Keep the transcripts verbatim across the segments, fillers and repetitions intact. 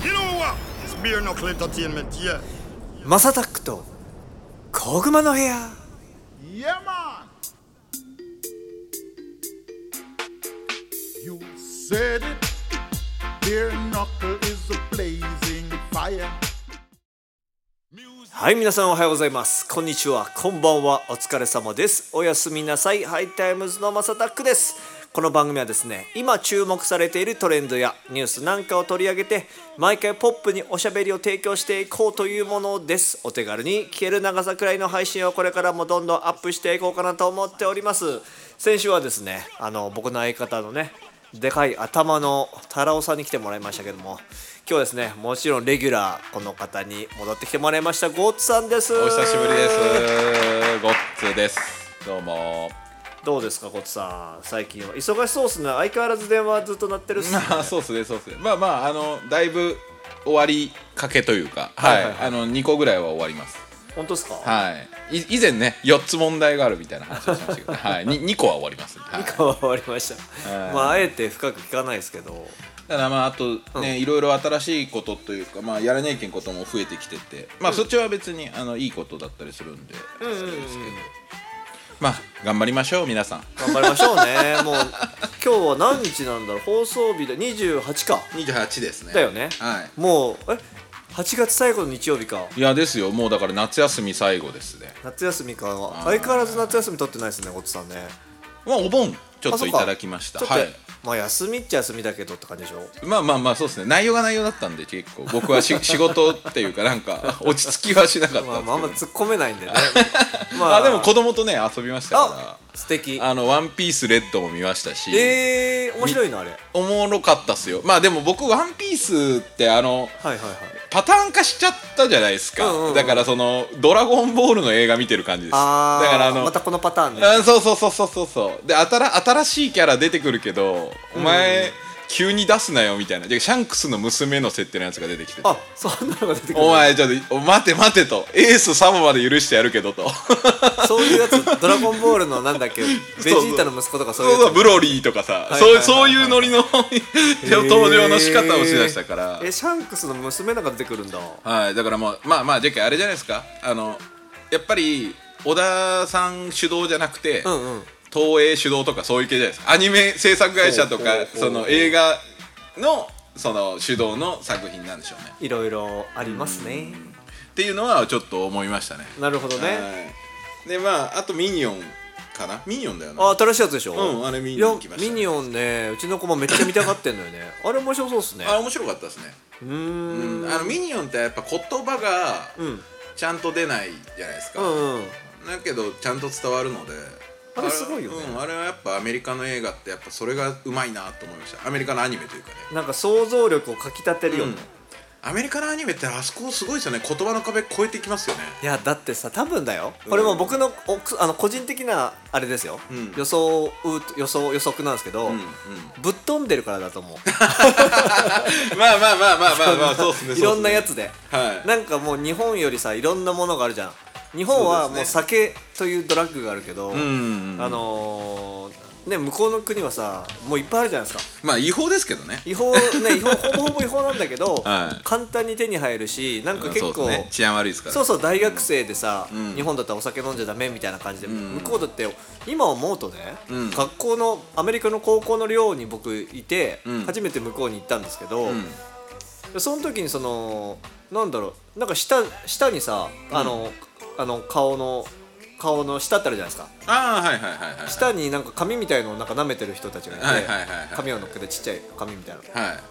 You know what? It's bare knuckle entertainment, yeah. マサタックと小熊の部屋。 Yeah, man. You said it. Bare knuckle is a blazing fire. はい、皆さんおはようございます。こんにちは、こんばんは、お疲れ様です。おやすみなさい。ハイタイムズのマサタックです。この番組はですね、今注目されているトレンドやニュースなんかを取り上げて、毎回ポップにおしゃべりを提供していこうというものです。お手軽に聞ける長さくらいの配信をこれからもどんどんアップしていこうかなと思っております。先週はですね、あの僕の相方のね、でかい頭のタラオさんに来てもらいましたけども、今日ですね、もちろんレギュラーこの方に戻ってきてもらいました。ゴッツさんです。 お久しぶりです。ゴッツです。どうも。 どうですかゴッツさん、最近は忙しそうですね。相変わらず電話ずっと鳴ってるっすね。 まあそうですね、そうですね。まあまああのだいぶ終わりかけというか、はい、はいはいはい、あのにこぐらいは終わります。 本当ですか？ はい。い以前ねよっつ問題があるみたいな話をしましたけど、はい、ににこは終わります、ね。はい、 にこは終わりました。はい、まああえて深く聞かないですけど。 ただまああとね、うん、いろいろ新しいことというか、まあやらなきゃいけんことも増えてきてて、まあ、うん、そっちは別にあのいいことだったりするんで、うんうんうん、ですけど、まあ頑張りましょう皆さん。 頑張りましょうね。もう今日は何日なんだろう。放送日でにじゅうはちか。 にじゅうはちですね。 だよね。 はい。 もうえはちがつ最後の日曜日か。 いやですよ。もうだから夏休み最後ですね。 夏休みか。相変わらず夏休み取ってないですね、ゴッツさんね。 まあお盆ちょっといただきました。はい。 まあ休みっちゃ休みだけどって感じでしょ。 まあまあまあそうですね。内容が内容だったんで結構僕はし仕事っていうかなんか落ち着きはしなかったんですけど。 まあ、まあ、あんま突っ込めないんでね。 まあ、あでも子供とね遊びましたから。 素敵。 あのワンピースレッドも見ましたし。 えー、面白いのあれ。 おもろかったっすよ。まあでも僕ワンピースってあの、 はいはいはい、 パターン化しちゃったじゃないですか、うんうんうん、だからそのドラゴンボールの映画見てる感じです。 あだからあのまたこのパターンね。 あそうそうそうそうそうそうで新新しいキャラ出てくるけど、お前、うん急に出すなよみたいな。でシャンクスの娘の設定のやつが出てきてて、 あそんなのが出てくる。 お前ちょっと待て待てと、エースサボまで許してやるけどとそういうやつドラゴンボールのなんだっけベジータの息子とかそういうやつ、 そうそうブロリーとかさ、そうそういうノリの登場の仕方をしだしたから、 えー、シャンクスの娘なんか出てくるんだ。 はい、だからもうまあまあじゃああれじゃないですか、あのやっぱり小田さん主導じゃなくて、うんうん、東映主導とかそういう系じゃないですか。アニメ制作会社とかその映画のその主導の作品なんでしょうね。 いろいろありますねっていうのはちょっと思いましたね。 なるほどね。はい、 でまああとミニオンかな。ミニオンだよな。 あ新しいやつでしょ。 うんあれミニオン来ました、ね、 ミニオンね、うちの子もめっちゃ見たがってんのよね。あれ面白そうっすね。 あ面白かったですね。うーんあのミニオンってやっぱ言葉がちゃんと出ないじゃないですか、うんうん、だけどちゃんと伝わるのであれすごいよね。 あれ、うん、あれはやっぱアメリカの映画ってやっぱそれがうまいなと思いました。アメリカのアニメというかね、 なんか想像力をかき立てるよね、 うん、アメリカのアニメってあそこすごいですよね。言葉の壁越えてきますよね。 いやだってさ多分だよ、これも僕のおあの個人的なあれですよ、うん、予想予想予測なんですけど、うんうん、ぶっ飛んでるからだと思う。 まあまあまあまあまあまあそうですね。 いろんなやつで、 はい、 なんかもう日本よりさいろんなものがあるじゃん。日本はもう酒というドラッグがあるけど、あのー、ね向こうの国はさもういっぱいあるじゃないですか。 まあ違法ですけどね。 違法ね違法ほぼほぼ違法なんだけど、はい、簡単に手に入るし、なんか結構、 ね、治安悪いですから。 そうそう大学生でさ、うん、日本だったらお酒飲んじゃダメみたいな感じで、うん、向こうだって今思うとね、うん、学校のアメリカの高校の寮に僕いて、うん、初めて向こうに行ったんですけど、うん、その時にそのなんだろうなんか下下にさあの、うんあの顔の顔の下ってあるじゃないですか。 ああはいはいはいはい、はい、 下になんか紙みたいのをなんか舐めてる人たちがいて、はいはいはいはい、紙を乗っけてちっちゃい紙みたいな、はい、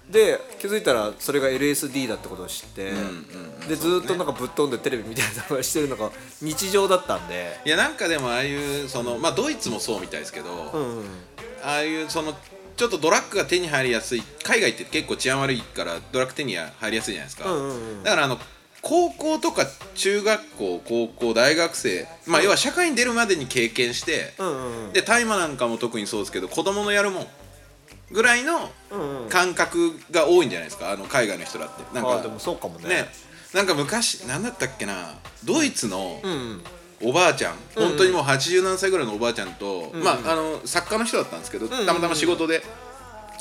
で気づいたらそれが エルエスディー だってことを知って、うんうんうん、でずっとなんかぶっ飛んでテレビみたいなのをしてるのが日常だったんで。 いやなんかでもああいうそのまあドイツもそうみたいですけど、うんうん、ああいうそのちょっとドラッグが手に入りやすい、海外って結構治安悪いからドラッグ手に入りやすいじゃないですか、うんうんうん、だからあの高校とか中学校高校大学生、まあ、要は社会に出るまでに経験して、うんうんうん、で大麻なんかも特にそうですけど子供のやるもんぐらいの感覚が多いんじゃないですか、あの海外の人だって。なんかあでもそうかも ね, ねなんか昔何だったっけな、ドイツのおばあちゃん、うんうん、本当にもうはちじゅうなんさいぐらいのおばあちゃんと、うんうん、まああの作家の人だったんですけど、うんうん、たまたま仕事で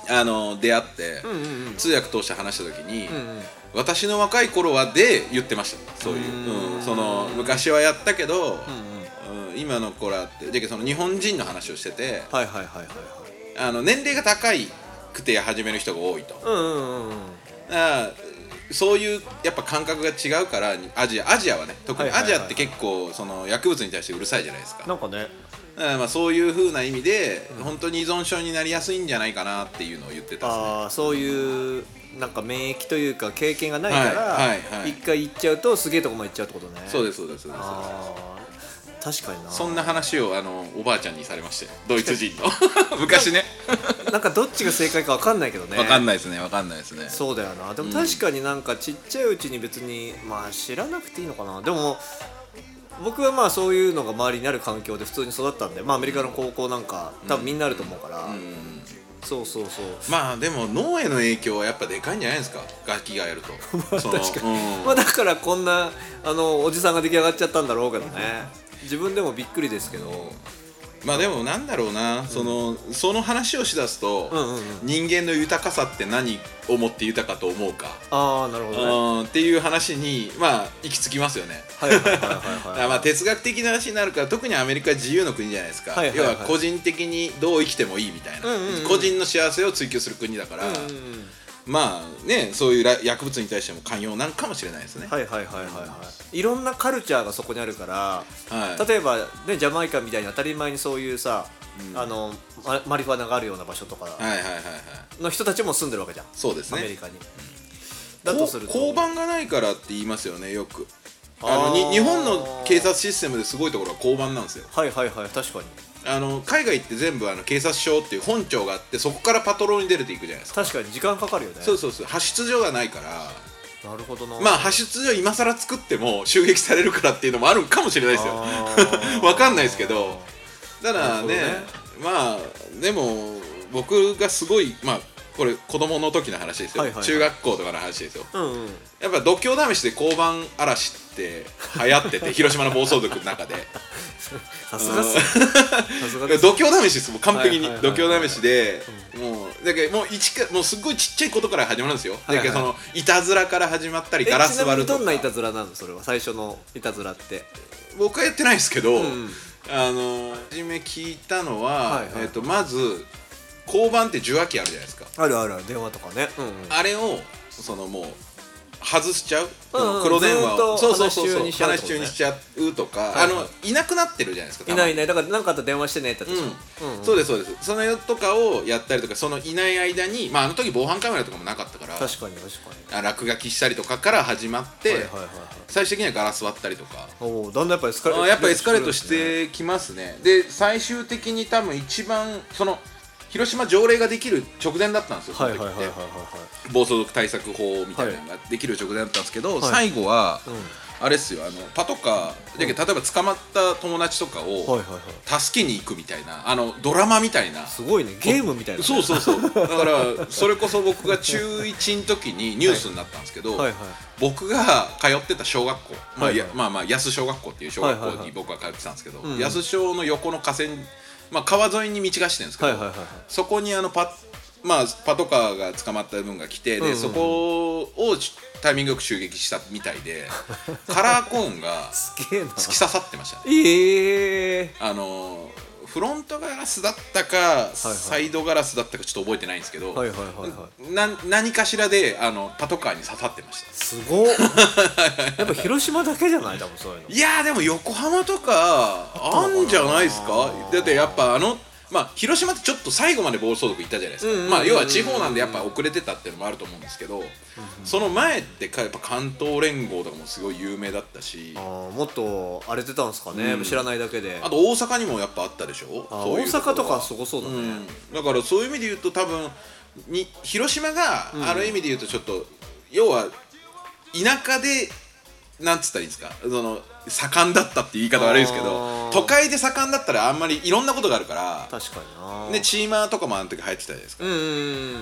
あの出会って、 うんうんうん、 通訳通して話した時に、 うんうん、 私の若い頃はで言ってました。そういう、うん、その昔はやったけど、うんうんうん、今の子らってじゃその日本人の話をしてて、 はいはいはいはいはい、 あの年齢が高いくて始める人が多いと、 うんうんうん、 だからそういうやっぱ感覚が違うからアジアアジアはね、特にアジアって結構その薬物に対してうるさいじゃないですか。 なんかね、 だからまあそういう風な意味で、うん、本当に依存症になりやすいんじゃないかなっていうのを言ってたんですね。 あ、そういうなんか免疫というか経験がないから、 はいはいはい、 一回行っちゃうとすげえとこまで行っちゃうってことね。 そうですそうですそうです。 確かにな。 そんな話をあのおばあちゃんにされまして、ドイツ人の昔ねなんかどっちが正解か分かんないけどね。 分かんないですね分かんないですね。 そうだよな。でも確かになんかちっちゃいうちに別にまあ知らなくていいのかな。でも僕はまあそういうのが周りにある環境で普通に育ったんで、まあアメリカの高校なんか多分みんなあると思うから、うんうんうん、そうそうそう。 まあでも脳への影響はやっぱでかいんじゃないですか、楽器がやるとまあ確かに、うん、まあだからこんなあのおじさんが出来上がっちゃったんだろうけどね。自分でもびっくりですけど、 まあでもなんだろうな、うん、そのその話をしだすと、うんうんうん、人間の豊かさって何をもって豊かと思うか、 あーなるほどね、 っていう話にまあ行き着きますよね。 はいはいはいはい、はい、 まあ哲学的な話になるから、特にアメリカは自由の国じゃないですか、はいはいはい、要は個人的にどう生きてもいいみたいな、うんうんうん、個人の幸せを追求する国だから、うんうんうん、まあね、そういう薬物に対しても寛容なんかもしれないですね。 はいはいはいはいはい。いろんなカルチャーがそこにあるから、はい、例えばねジャマイカみたいに当たり前にそういうさ、うん、あのマ, マリファナがあるような場所とかの人たちも住んでるわけじゃん。 そうですね。 アメリカに。うん、だとすると交番がないからって言いますよね、よく。あのに日本の警察システムですごいところは交番なんですよ。 はいはいはい、確かに。 あの海外って全部あの警察署っていう本庁があって、そこからパトロールに出れていくじゃないですか。 確かに時間かかるよね。 そうそうそう、派出所がないから。 なるほどな。 まあ派出所今更作っても襲撃されるからっていうのもあるかもしれないですよ。わかんないですけど、ただ ね, ねまあでも僕がすごい、まあこれ子供の時の話ですよ、はいはいはい、中学校とかの話ですよ、うんうん、やっぱ度胸試しで交番荒らしって流行ってて広島の暴走族の中でさすがっす度胸試しです、もう完璧に度胸試しで、うん、もうだけどもう一かもうすっごいちっちゃいことから始まるんですよ、はいはい、だけどそのいたずらから始まったりガラス割るとか。 ちなみにどんないたずらなの、それは最初のいたずらって。 僕はやってないですけど、うん、あの初め聞いたのは、はいはい、えーとまず交番って受話器あるじゃないですか。 あるあるある、電話とかね、うんうん、 あれをそのもう外しちゃう、 うんうん、 黒電話をそうそうそうそう、 話し中にしちゃうとか、はいはい、あのいなくなってるじゃないですか。 いないいない、だから何かあったら電話してねって言ったでしょ、うんうんうん、そうですそうです。そのよとかをやったりとか、そのいない間に、まああの時防犯カメラとかもなかったから、 確かに確かに落書きしたりとかから始まって、はいはいはいはい、最終的にはガラス割ったりとか。 おだんだんやっぱエスカレート、 やっぱエスカレートしてきますね。で最終的に多分一番その広島条例ができる直前だったんですよ、その時って。暴走族対策法みたいなのができる直前だったんですけど、はい、最後は、うん、あれっすよ、あのパトカー、うん、例えば捕まった友達とかを助けに行くみたいな、あのドラマみたいな。 すごいね、ゲームみたいな、ね、 そうそうそう。だからそれこそ僕が中いちの時にニュースになったんですけど、はいはいはい、僕が通ってた小学校、まあはいはい、まあまあ安小学校っていう小学校に僕は通ってたんですけど、はいはいはい、安小の横の河川、まあ、川沿いに道がしてるんですけど、はいはいはいはい、そこにあの パ,、まあ、パトカーが捕まった分が来て、で、うんうん、そこをタイミングよく襲撃したみたいでカラーコーンが突き刺さってましたね。 えー、 あのフロントガラスだったか、はいはい、サイドガラスだったかちょっと覚えてないんですけど、はいはいはいはい、な何かしらであのパトカーに刺さってました。 すごっやっぱ広島だけじゃない、多分そういうの。 いやでも横浜とかあんじゃないですか。だってやっぱあのまあ広島ってちょっと最後まで暴走族いたじゃないですか、うんうんうんうん、まあ要は地方なんでやっぱ遅れてたっていうのもあると思うんですけど、うんうん、その前ってやっぱ関東連合とかもすごい有名だったし、 あもっと荒れてたんですかね、うん、知らないだけで。 あと大阪にもやっぱあったでしょ。 あそういう大阪とかすごそうだね、うん、 だからそういう意味で言うと多分に広島がある意味で言うとちょっと、うん、要は田舎でなんつったらいいんですか、その盛んだったっていう言い方悪いですけど、都会で盛んだったらあんまりいろんなことがあるから。 確かにな。 でチーマーとかもあの時流行ってたじゃないですか。うんうんうん、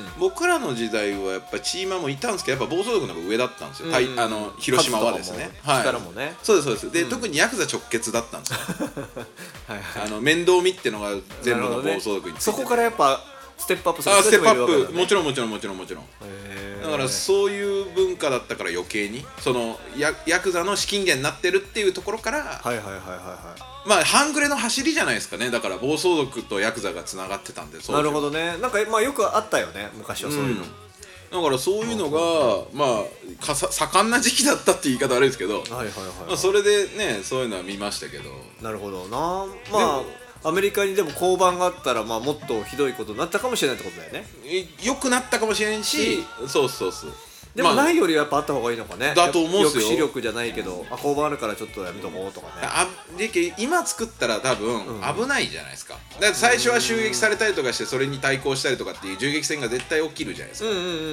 僕らの時代はやっぱチーマーもいたんですけど、やっぱ暴走族の方が上だったんですよ、うんうん、あの広島はですね。 力もね、はい、 そうですそうです。で、うん、特にヤクザ直結だったんですよはい、はい、あの面倒見ってのが全部の暴走族について、 ね、そこからやっぱステップアップするあステップアップ、 ね、 もちろんもちろんもちろんもちろんだからそういう文化だったから余計にそのヤヤクザの資金源になってるっていうところからはいはいはいはいはいまあ半グレの走りじゃないですかね。だから暴走族とヤクザがつながってたんで。 なるほどね。なんかまあよくあったよね昔はそういうの、 うん、だからそういうのがまあかさ盛んな時期だったって言い方悪いですけど、はいはいはい、まあ、それでねそういうのは見ましたけど。 なるほどな。まあアメリカにでも交番があったらまあもっとひどいことになったかもしれないってことだよね。 良くなったかもしれんし、そうそうそう。 でもないよりはやっぱあった方がいいのかね。 だと思うんですよ。 抑止力じゃないけど、あ交番あるからちょっとやめとこうとかね。 あで今作ったら多分危ないじゃないですか。だから最初は襲撃されたりとかしてそれに対抗したりとかっていう銃撃戦が絶対起きるじゃないですか。うんうんうんうん。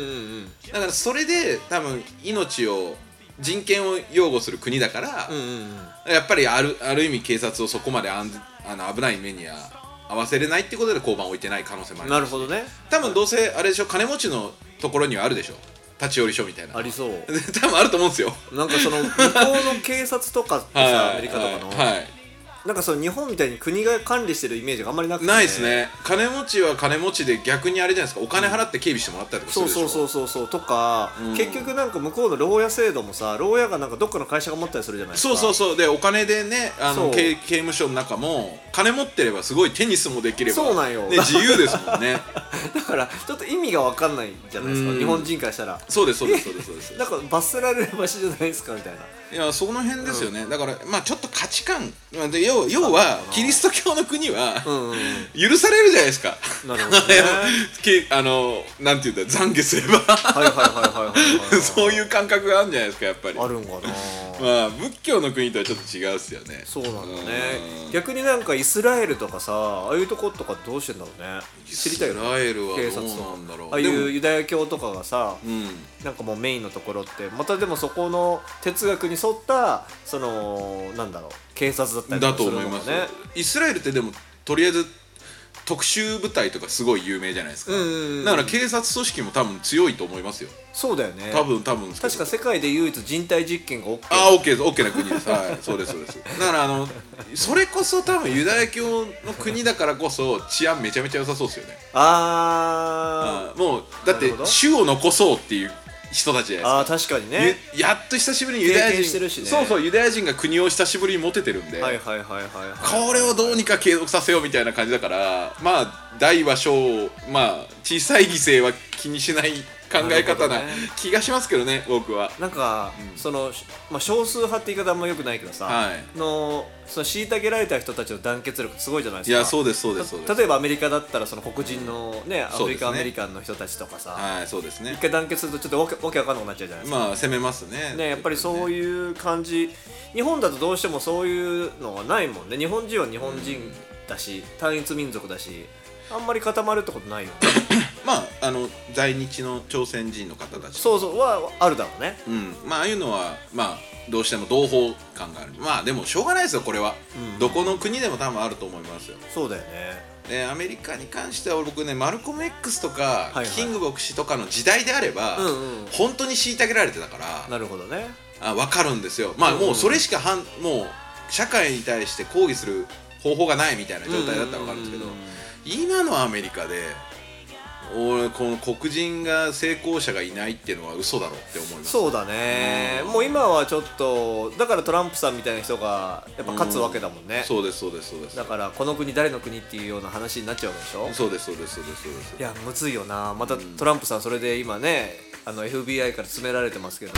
だからそれで多分命を人権を擁護する国だから、うんうんうん、やっぱりあるある意味警察をそこまであんあの危ない目には合わせれないってことで交番を置いてない可能性もある。 なるほどね。 多分どうせあれでしょ、金持ちのところにはあるでしょ。立ち寄り所みたいなありそう多分あると思うんですよ。 なんかその向こうの警察とかってさ、はい、アメリカとかの、はい、なんかその日本みたいに国が管理してるイメージがあんまりなくて、ね、 ないですね。金持ちは金持ちで逆にあれじゃないですか、お金払って警備してもらったりとかするでしょ、うん、そうそうそうそうとか、うん、結局なんか向こうの牢屋制度もさ、牢屋がなんかどっかの会社が持ったりするじゃないですか。そうそうそう。でお金でね、あの 刑, 刑務所の中も金持ってればすごいテニスもできればそうなんよ、 ね、自由ですもんねだからちょっと意味が分かんないじゃないですか、日本人からしたら。 そうですそうですそうですそうですなんか罰せられる場所じゃないですかみたいな。 いやその辺ですよね、うん、だからまあちょっと価値観で 要, 要はキリスト教の国は、うんうん、許されるじゃないですか。なるほどねあのなんていうんだ、懺悔すればはいはいはいはいはいそういう感覚があるんじゃないですかやっぱり。 あるんかな。 まあ仏教の国とはちょっと違うっすよね。 そうなんだね。逆になんかイスラエルとかさ、ああいうとことかどうしてんだろうね。知りたいよね。イスラエルはどうなんだろう。ああいうユダヤ教とかがさ、うん、なんかもうメインのところってまたでもそこの哲学に沿ったそのなんだろう警察だったりとかするのかね。だと思います。 イスラエルってでもとりあえず特殊部隊とかすごい有名じゃないですか、うんうんうん、だから警察組織も多分強いと思いますよ。 そうだよね。 多分多分確か世界で唯一人体実験が OK。 ああ OK です OK な国ですはいそうですそうです。だからあのそれこそ多分ユダヤ教の国だからこそ治安めちゃめちゃ良さそうですよね。ああもうだって種を残そうっていう人たちじゃないですか。あ確かにね。やっと久しぶりにユダヤ人、ね、そうそうユダヤ人が国を久しぶりに持ててるんで、はいはいはいはい、はい、これをどうにか継続させようみたいな感じだから、まあ大は小、まあ小さい犠牲は気にしない考え方な気がしますけどね、僕は。なんか、うん、その、まあ、少数派って言い方あんまよくないけどさ、はい、のその虐げられた人たちの団結力すごいじゃないですか。いやそうですそうですそうです。例えばアメリカだったらその黒人のね、アフリカ、ね、アメリカンの人たちとかさ、はいそうですね。一回団結するとちょっとわけわけわかんなくなっちゃうじゃないですか。まあ攻めますね。ねやっぱりそういう感じ、ね、日本だとどうしてもそういうのがないもんね。日本人は日本人だし、うん、単一民族だし。あんまり固まるってことないよねまああの在日の朝鮮人の方たちそうそうはあるだろうね。うんまあああいうのはまあどうしても同胞感がある。まあでもしょうがないですよこれは、うん、どこの国でも多分あると思いますよ。そうだよね。でアメリカに関しては僕ねマルコム X とか、はいはい、キング牧師とかの時代であれば、うんうん、本当に虐げられてたから。なるほどね。あ分かるんですよ。まあ、うんうん、もうそれしかはんもう社会に対して抗議する方法がないみたいな状態だったら分かるんですけど、今のアメリカで俺この黒人が成功者がいないっていうのは嘘だろって思います。そうだね、うん、もう今はちょっとだからトランプさんみたいな人がやっぱ勝つわけだもんね、うん、そうですそうですそうです。だからこの国誰の国っていうような話になっちゃうでしょ。そうですそうですそうですそうです。いやむずいよな。またトランプさんそれで今ねあの エフビーアイ から詰められてますけど。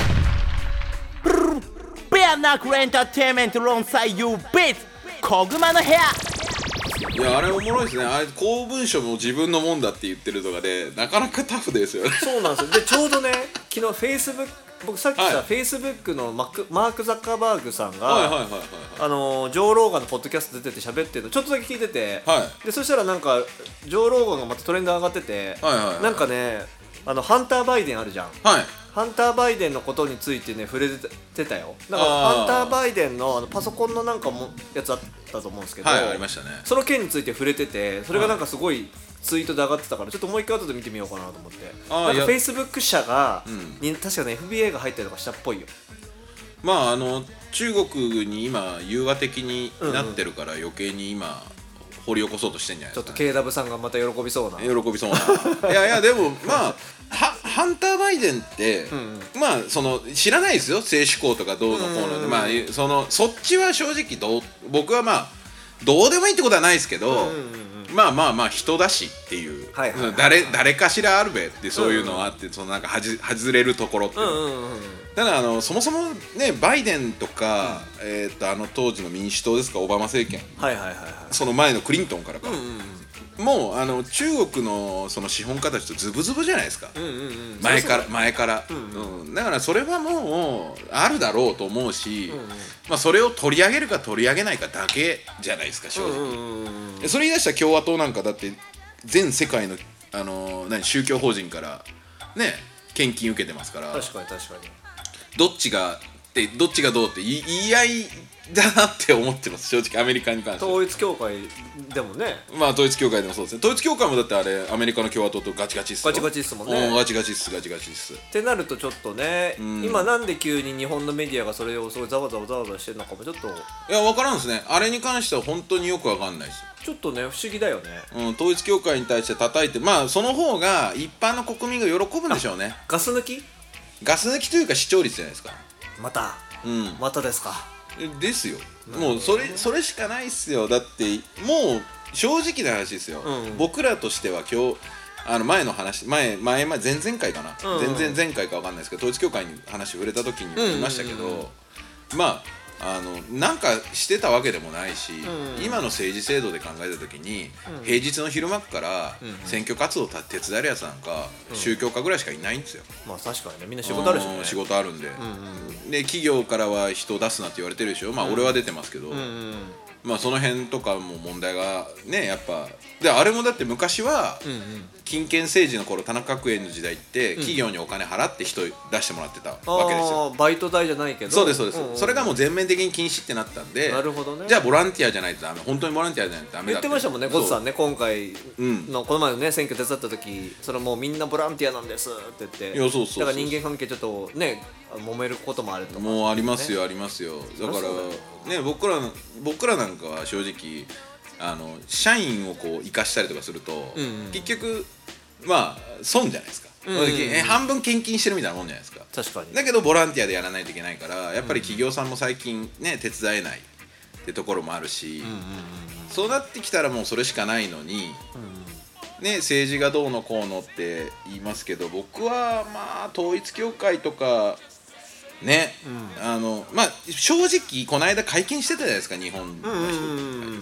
ベアナックルエンターテインメントロンサイユービーツ小熊の部屋。いやあれおもろいですね。あれ公文書も自分のもんだって言ってるとかでなかなかタフですよね。そうなんですよ。でちょうどね昨日フェイスブック僕さっきさ、はい、フェイスブックのマーク、マーク・ザッカーバーグさんが、はいはいはいはい、あのジョー・ローガンのポッドキャスト出てて喋ってるのちょっとだけ聞いてて、はい、でそしたらなんかジョー・ローガンがまたトレンド上がってて、はいはいはい、なんかねあのハンター・バイデンあるじゃん、はい、ハンター・バイデンのことについてね触れてたよ。だからハンター・バイデン の, あのパソコンのなんかもやつあったと思うんですけど、はい、ありましたね。その件について触れててそれがなんかすごいツイートで上がってたからちょっともう一回後で見てみようかなと思って。なんかフェイスブック社が、うん、に確かね エフビーアイ が入ったりとかしたっぽいよ。まああの中国に今融和的になってるから余計に今掘り起こそうとしてんじゃないですか、 ちょっと ケーダブリュー さんがまた喜びそうな喜びそうな。いやいやでもまあはハンター・バイデンって、うんうん、まあその知らないですよ、性思考とかどうのこうので、まあそのそっちは正直どう僕はまあどうでもいいってことはないですけど、うんうんうん、まあまあまあ人だしっていう、はいはいはいはい、誰誰かしらあるべってそういうのはあって、うんうん、そのなんかはじ外れるところっていうの、うんうんうん、だからあのそもそもねバイデンとか、うん、えー、っとあの当時の民主党ですか、オバマ政権、はいはいはいはい、その前のクリントンからか、うんうんうん、もうあの中国のその資本家たちとズブズブじゃないですか、うんうんうん、前から前から、うんうんうん、だからそれはもうあるだろうと思うし、うんうん、まあ、それを取り上げるか取り上げないかだけじゃないですか正直、うんうんうん、それ言い出した共和党なんかだって全世界の、あのー、何宗教法人からね献金受けてますから、 確かに確かにどっちがってどっちがどうって言い、言い合いだなって思ってます、正直アメリカに関しては。 統一教会でもね、 まあ統一教会でもそうですね、統一教会もだってあれアメリカの共和党とガチガチっすよ、 ガチガチっすもんね、 ガチガチっすガチガチっすってなるとちょっとね、うん、今なんで急に日本のメディアがそれをすごいざわざわざわざわしてるのかもちょっと、いや分からんですね、あれに関しては本当によく分かんないです、 ちょっとね不思議だよね、 うん、統一教会に対して叩いて、まあその方が一般の国民が喜ぶんでしょうね。 ガス抜きガス抜きというか視聴率じゃないですか、 また、うん、またですかですよ、もうそれそれしかないっすよ。だってもう正直な話ですよ、うんうん、僕らとしては今日あの前の話前前前前々回かな、うんうん、前々前回か分かんないですけど統一教会に話触れた時に言いましたけど、うんうんうん、まああのなんかしてたわけでもないし、うんうん、今の政治制度で考えた時に、うん、平日の昼間から選挙活動を手伝えるやつなんか、うん、宗教家ぐらいしかいないんですよ。 まあ確かにね、みんな仕事あるしね、 仕事あるんで、うんうん、で企業からは人を出すなって言われてるでしょ、まあ俺は出てますけど、うんうん、まあその辺とかも問題がねやっぱで、あれもだって昔は、うんうん、金権政治の頃田中角栄の時代って企業にお金払って人出してもらってたわけですよ、 うん、バイト代じゃないけど、 そうですそうです、うんうん、それがもう全面的に禁止ってなったんで、 なるほどね、 じゃあボランティアじゃないとダメ、本当にボランティアじゃないとダメだって言ってましたもんね、ゴズさんね、今回の、うん、この前のね選挙手伝った時、それもうみんなボランティアなんですって言って、 いやそうそうそう、 だから人間関係ちょっとね揉めることもあるとか、ね、 もうありますよありますよ、だからね僕ら僕らなんかは正直あの社員をこう生かしたりとかすると、うんうん、結局まあ損じゃないですか、うんうんうん、半分献金してるみたいなもんじゃないですか。 確かに。 だけどボランティアでやらないといけないからやっぱり企業さんも最近ね手伝えないってところもあるし、うんうんうん、そうなってきたらもうそれしかないのに、うんうん、ね、政治がどうのこうのって言いますけど、僕はまあ統一教会とかね、うん、あのまあ正直この間会見してたじゃないですか日本の人、うんうんうん、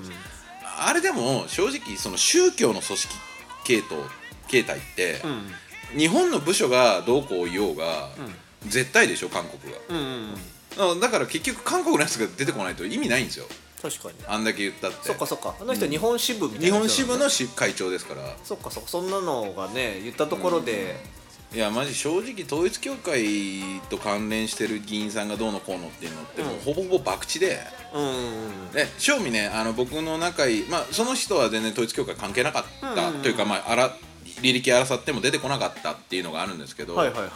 あれでも正直その宗教の組織系統形態って、うん、日本の部署がどうこう言おうが、うん、絶対でしょ韓国が、うんうんうん、だから結局韓国のやつが出てこないと意味ないんですよ。 確かにあんだけ言ったって。 そっかそっか、あの人は日本支部みたいな、 日本支部の会長ですから。 そっかそっか、そんなのがね言ったところで、 うん、いやマジ正直統一教会と関連してる議員さんがどうのこうのっていうのって、うん、もうほぼほぼ博打で、うんうんうん、で正味ねあの僕の仲いい、まあ、その人は全然統一教会関係なかった、うんうんうん、というか、まあ、あら履歴争っても出てこなかったっていうのがあるんですけど、はいはいはいはい、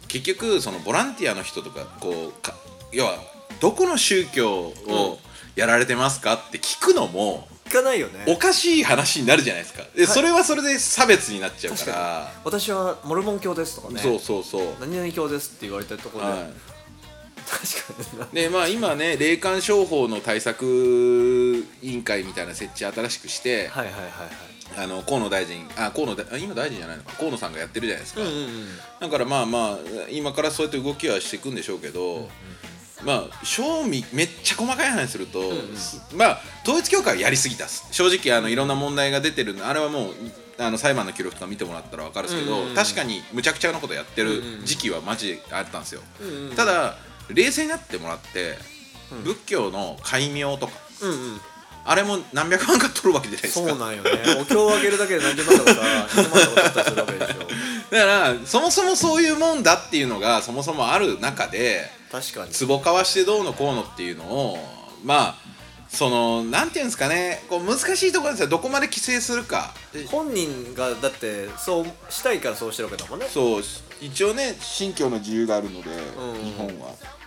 結局そのボランティアの人とかこうか要はどこの宗教をやられてますかって聞くのも、 聞かないよね、 おかしい話になるじゃないですか。で、はい、それはそれで差別になっちゃうから、か私はモルモン教ですとかね、 そうそうそう、 何々教ですって言われたところで、はい、確かにで、まあ、今ね霊感商法の対策委員会みたいな設置新しくして、はいはいはいはい、あの河野大臣あ河野あ今大臣じゃないのか河野さんがやってるじゃないですか、うんうんうん、だからまあまあ今からそうやって動きはしていくんでしょうけど、うんうん、まあ正味めっちゃ細かい話すると、うんうん、まあ統一教会はやりすぎたっす正直。あのいろんな問題が出てるのあれはもうあの裁判の記録とか見てもらったら分かるんですけど、うんうんうん、確かにむちゃくちゃなことやってる時期はマジであったんですよ、うんうん、ただ冷静になってもらって、うん、仏教の戒名とか、うんうん、あれも何百万か取るわけじゃないですか。 そうなんよねお経をあげるだけで何十万とかさひゃくまんとか取ったりするわけでしょだからそもそもそういうもんだっていうのがそもそもある中で、 確かに壺かわしてどうのこうのっていうのをまあそのなんていうんですかね、こう難しいところですよ。どこまで規制するか。 本人がだってそうしたいからそうしてるわけだもんね。 そう一応ね信教の自由があるので、うん、日本は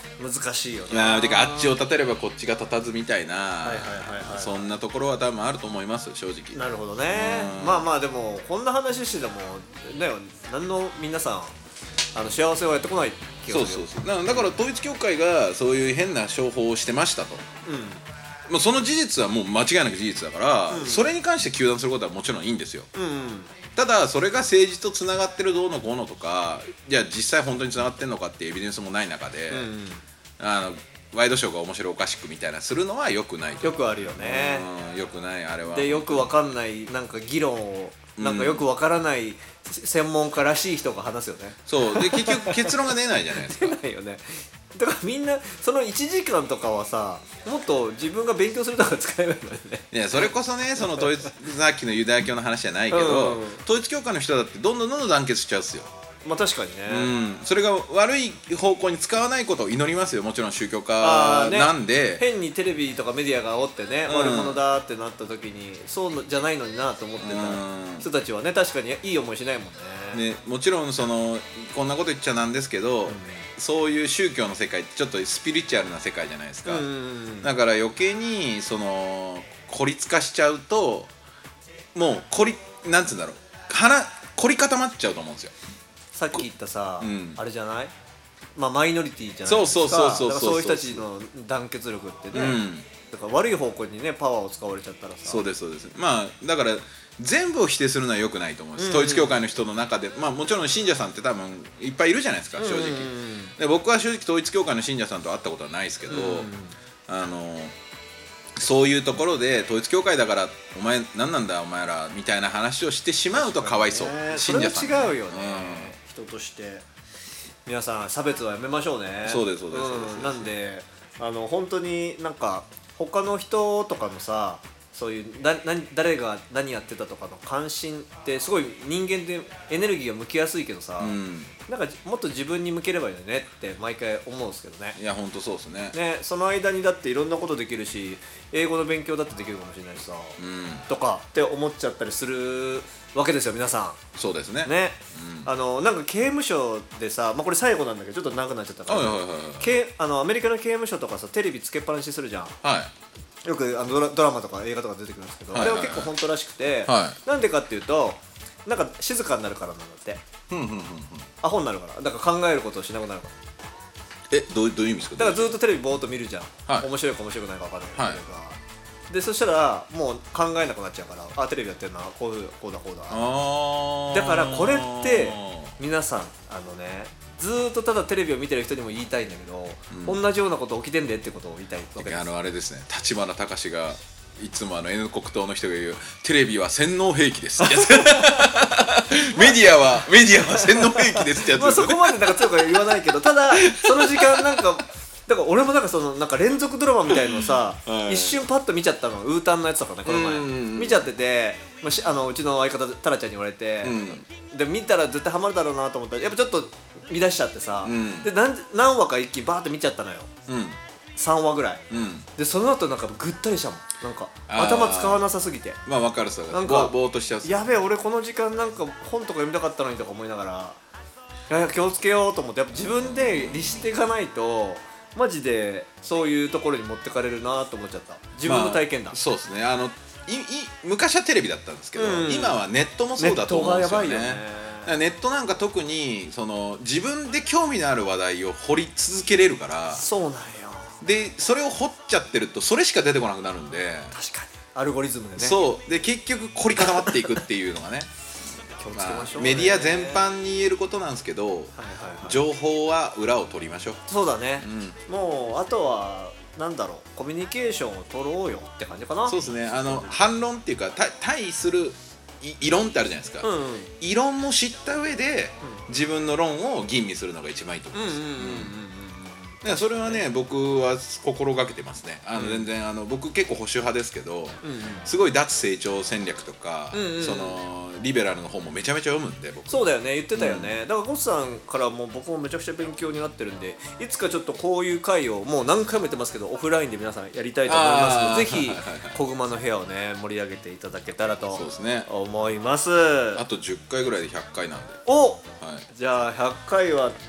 難しいよいやな。 てかあっちを立てればこっちが立たずみたいな、 はいはいはいはい、 そんなところは多分あると思います正直。 なるほどね。まあまあでもこんな話しててもね、何の皆さんあの幸せはやってこない気がするよ。 そうそうそう。だから統一教会がそういう変な商法をしてましたと、うん、もうその事実はもう間違いなく事実だから、うん、それに関して糾弾することはもちろんいいんですよ、うんうん、ただそれが政治とつながってるどうのこうのとか、じゃあ実際本当につながってるのかっていうエビデンスもない中で、うんうん、あのワイドショーが面白おかしくみたいなするのはよくないと。 よくあるよね、 うん、よくないあれは。でよくわかんないなんか議論をなんかよくわからない専門家らしい人が話すよね。 そうで結局結論が出ないじゃないですか。 出ないよね。だからみんなそのいちじかんとかはさ、もっと自分が勉強するとか使えばいいのにね。 いやそれこそね、その統一さっきのユダヤ教の話じゃないけど、うんうん、統一教会の人だってどんどんどんどん団結しちゃうっすよ。 まあ確かにね、 うん、それが悪い方向に使わないことを祈りますよ。もちろん宗教家なんで、 ね、変にテレビとかメディアが煽ってね、うん、悪者だってなった時にそうじゃないのになと思ってた人たちはね、確かにいい思いしないもんね。 ね、もちろんそのこんなこと言っちゃなんですけど、うん、そういう宗教の世界ってちょっとスピリチュアルな世界じゃないですか、うん、だから余計にその孤立化しちゃうと、もう凝りなんつうんだろう、腹凝り固まっちゃうと思うんですよ。 さっき言ったさ、うん、あれじゃない、まあ、マイノリティじゃないですか。 そうそうそうそうそう、 そういう人たちの団結力ってね、うん、だから悪い方向にねパワーを使われちゃったらさ。 そうですそうです。まあだから全部を否定するのは良くないと思うんです、うんうん、統一教会の人の中で、まあもちろん信者さんって多分いっぱいいるじゃないですか正直、うんうんうん、で僕は正直統一教会の信者さんと会ったことはないですけど、うんうん、あのそういうところで統一教会だからお前何なんだお前らみたいな話をしてしまうとかわいそう、ね、信者さん、 それは違うよね、うん、人として皆さん差別はやめましょうね。 そうですそうです、 うん、なんであの本当になんか他の人とかのさ、そういうだ何誰が何やってたとかの関心ってすごい人間でエネルギーが向きやすいけどさ、うん、なんかもっと自分に向ければいいよねって毎回思うんですけどね。 いや本当そうですね。 ね、その間にだっていろんなことできるし、英語の勉強だってできるかもしれないしさ、うん、とかって思っちゃったりするわけですよ皆さん。 そうですね。 ね、うん、あのなんか刑務所でさ、まあこれ最後なんだけどちょっと長くなっちゃったから、はいはいはいはい、けあのアメリカの刑務所とかさテレビつけっぱなしするじゃん。はい。よくあのド ラ, ドラマとか映画とか出てくるんですけど、はいはいはい、あれは結構本当らしくて、はい、なんでかっていうとなんか静かになるからなんだって、うんうんうんうん、アホになるから、だから考えることをしなくなるから。 えどう、どういう意味ですか。 だからずっとテレビぼーっと見るじゃん、はい、面白いか面白くないか分かんないけど、はい、でそしたらもう考えなくなっちゃうから、あテレビやってるな、こういうこうだこうだ、あだからこれって皆さんあのねずーっとただテレビを見てる人にも言いたいんだけど、うん、同じようなこと起きてんでってことを言いたいわけです。 あのあれですね、立花隆がいつもあの N 国党の人が言うテレビは洗脳兵器ですってやつメディアはメディアは洗脳兵器ですってやつですよね。まあそこまでなんか強くは言わないけど、ただその時間なんかだから俺もなんかそのなんか連続ドラマみたいのをさ、はい、一瞬パッと見ちゃったの、ウータンのやつとかねこの前見ちゃってて、まあ、あのうちの相方タラちゃんに言われて、うん、で見たら絶対ハマるだろうなと思ったらやっぱちょっと見出しちゃってさ、うん、で 何, 何話か一気にバーって見ちゃったのよ、うん、さんわぐらい、うん、でその後なんかぐったりしたもん、なんか頭使わなさすぎて、 まあ分かるさ、なんかぼーっとしちゃう、 やべえ俺この時間なんか本とか読みたかったのにとか思いながら、いや気をつけようと思って、やっぱ自分で律していかないとマジでそういうところに持ってかれるなと思っちゃった。自分の体験談、まあ、 そうですね。あのいい昔はテレビだったんですけど、うん、今はネットもそうだと思うんですよね。ネットがやばいよね。ネットなんか特にその自分で興味のある話題を掘り続けれるから、 そうなんよ。 でそれを掘っちゃってるとそれしか出てこなくなるんで、 確かにアルゴリズムでね。 そうで結局凝り固まっていくっていうのがね気をつけましょうね。 メディア全般に言えることなんですけど、はいはいはい、情報は裏を取りましょう。 そうだね、うん、もうあとはなんだろう、コミュニケーションを取ろうよって感じかな。 そうですね、あの、うん、反論っていうか対する異論ってあるじゃないですか、うんうん、異論も知った上で、うん、自分の論を吟味するのが一番いいと思います。だからそれはね僕は心がけてますね。あの全然あの僕結構保守派ですけど、うんうん、すごい脱成長戦略とか、うんうん、そのリベラルの本もめちゃめちゃ読むんで僕。 そうだよね、言ってたよね、うん、だからゴスさんからも僕もめちゃくちゃ勉強になってるんで、いつかちょっとこういう回をもう何回も言ってますけどオフラインで皆さんやりたいと思いますので、ぜひ小熊の部屋をね盛り上げていただけたらと思います。 あとじゅっかいぐらいでひゃっかいなんで。 お、はい、じゃあひゃっかいは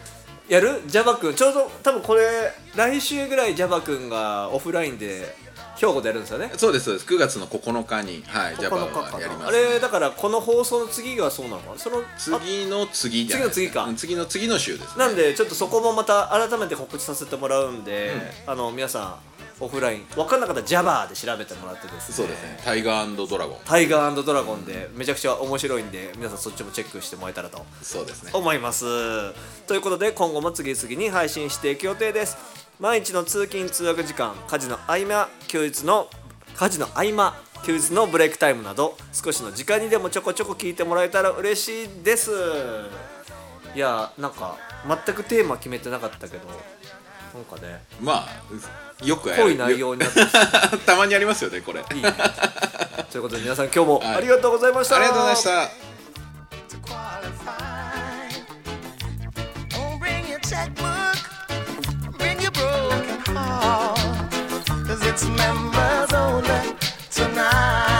やる？ジャバくんちょうど多分これ来週ぐらいジャバくんがオフラインで兵庫でやるんですよね。 そうですそうです。くがつのここのかに、はい、ジャパンはやります、ね、 あれだからこの放送の次がそうなのかな。その次の次じゃないですか。 次の次か。 次の次の週ですね。 なんでちょっとそこもまた改めて告知させてもらうんで、うん、あの皆さんオフライン分かんなかったら ジャバ で調べてもらってですね。 そうですね。タイガー&ドラゴン。 タイガー&ドラゴンでめちゃくちゃ面白いんで皆さんそっちもチェックしてもらえたらとそうですね思います。ということで今後も次々に配信していく予定です。毎日の通勤通学時間、家事の合間、休日の家事の合間休日のブレイクタイムなど少しの時間にでもちょこちょこ聞いてもらえたら嬉しいです。いやなんか全くテーマ決めてなかったけどなんかねまあよくやる濃い内容になってたまにありますよねこれいい、ね、 ということで皆さん今日もありがとうございました、 はい、ありがとうございました。 It's members only tonight.